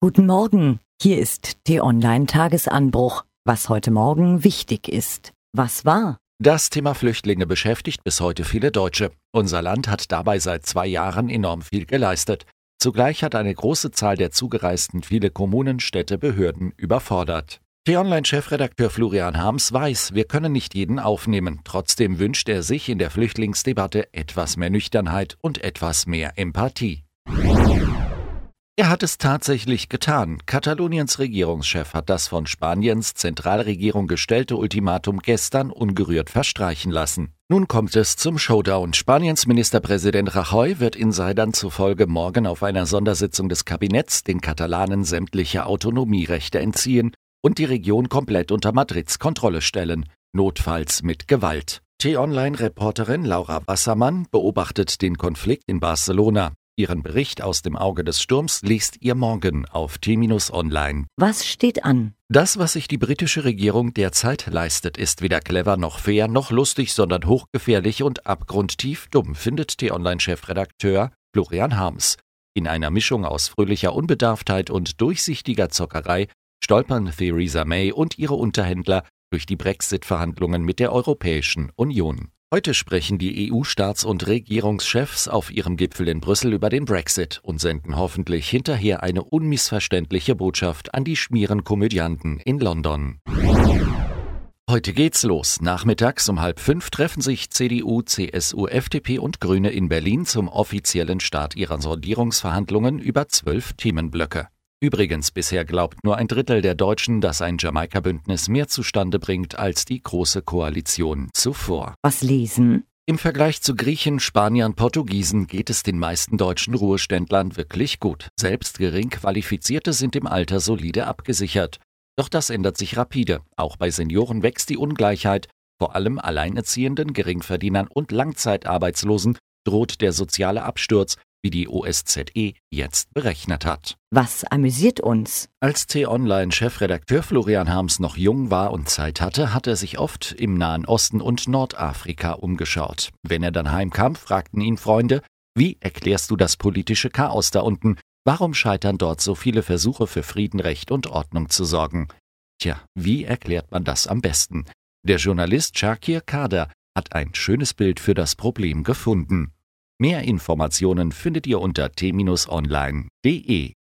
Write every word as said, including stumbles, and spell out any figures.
Guten Morgen, hier ist T-Online-Tagesanbruch. Was heute Morgen wichtig ist. Was war? Das Thema Flüchtlinge beschäftigt bis heute viele Deutsche. Unser Land hat dabei seit zwei Jahren enorm viel geleistet. Zugleich hat eine große Zahl der Zugereisten viele Kommunen, Städte, Behörden überfordert. T-Online-Chefredakteur Florian Harms weiß, wir können nicht jeden aufnehmen. Trotzdem wünscht er sich in der Flüchtlingsdebatte etwas mehr Nüchternheit und etwas mehr Empathie. Er hat es tatsächlich getan. Kataloniens Regierungschef hat das von Spaniens Zentralregierung gestellte Ultimatum gestern ungerührt verstreichen lassen. Nun kommt es zum Showdown. Spaniens Ministerpräsident Rajoy wird Insidern zufolge morgen auf einer Sondersitzung des Kabinetts den Katalanen sämtliche Autonomierechte entziehen und die Region komplett unter Madrids Kontrolle stellen, notfalls mit Gewalt. T-Online-Reporterin Laura Wassermann beobachtet den Konflikt in Barcelona. Ihren Bericht aus dem Auge des Sturms liest ihr morgen auf T-Online. Was steht an? Das, was sich die britische Regierung derzeit leistet, ist weder clever noch fair noch lustig, sondern hochgefährlich und abgrundtief dumm, findet T-Online-Chefredakteur Florian Harms. In einer Mischung aus fröhlicher Unbedarftheit und durchsichtiger Zockerei stolpern Theresa May und ihre Unterhändler durch die Brexit-Verhandlungen mit der Europäischen Union. Heute sprechen die E U-Staats- und Regierungschefs auf ihrem Gipfel in Brüssel über den Brexit und senden hoffentlich hinterher eine unmissverständliche Botschaft an die Schmierenkomödianten in London. Heute geht's los. Nachmittags um halb fünf treffen sich C D U, C S U, F D P und Grüne in Berlin zum offiziellen Start ihrer Sondierungsverhandlungen über zwölf Themenblöcke. Übrigens, bisher glaubt nur ein Drittel der Deutschen, dass ein Jamaika-Bündnis mehr zustande bringt als die Große Koalition zuvor. Was lesen? Im Vergleich zu Griechen, Spaniern, Portugiesen geht es den meisten deutschen Ruheständlern wirklich gut. Selbst gering Qualifizierte sind im Alter solide abgesichert. Doch das ändert sich rapide. Auch bei Senioren wächst die Ungleichheit. Vor allem Alleinerziehenden, Geringverdienern und Langzeitarbeitslosen droht der soziale Absturz, wie die O S Z E jetzt berechnet hat. Was amüsiert uns? Als T-Online-Chefredakteur Florian Harms noch jung war und Zeit hatte, hat er sich oft im Nahen Osten und Nordafrika umgeschaut. Wenn er dann heimkam, fragten ihn Freunde, wie erklärst du das politische Chaos da unten? Warum scheitern dort so viele Versuche für Frieden, Recht und Ordnung zu sorgen? Tja, wie erklärt man das am besten? Der Journalist Shakir Kader hat ein schönes Bild für das Problem gefunden. Mehr Informationen findet ihr unter t Bindestrich online punkt de.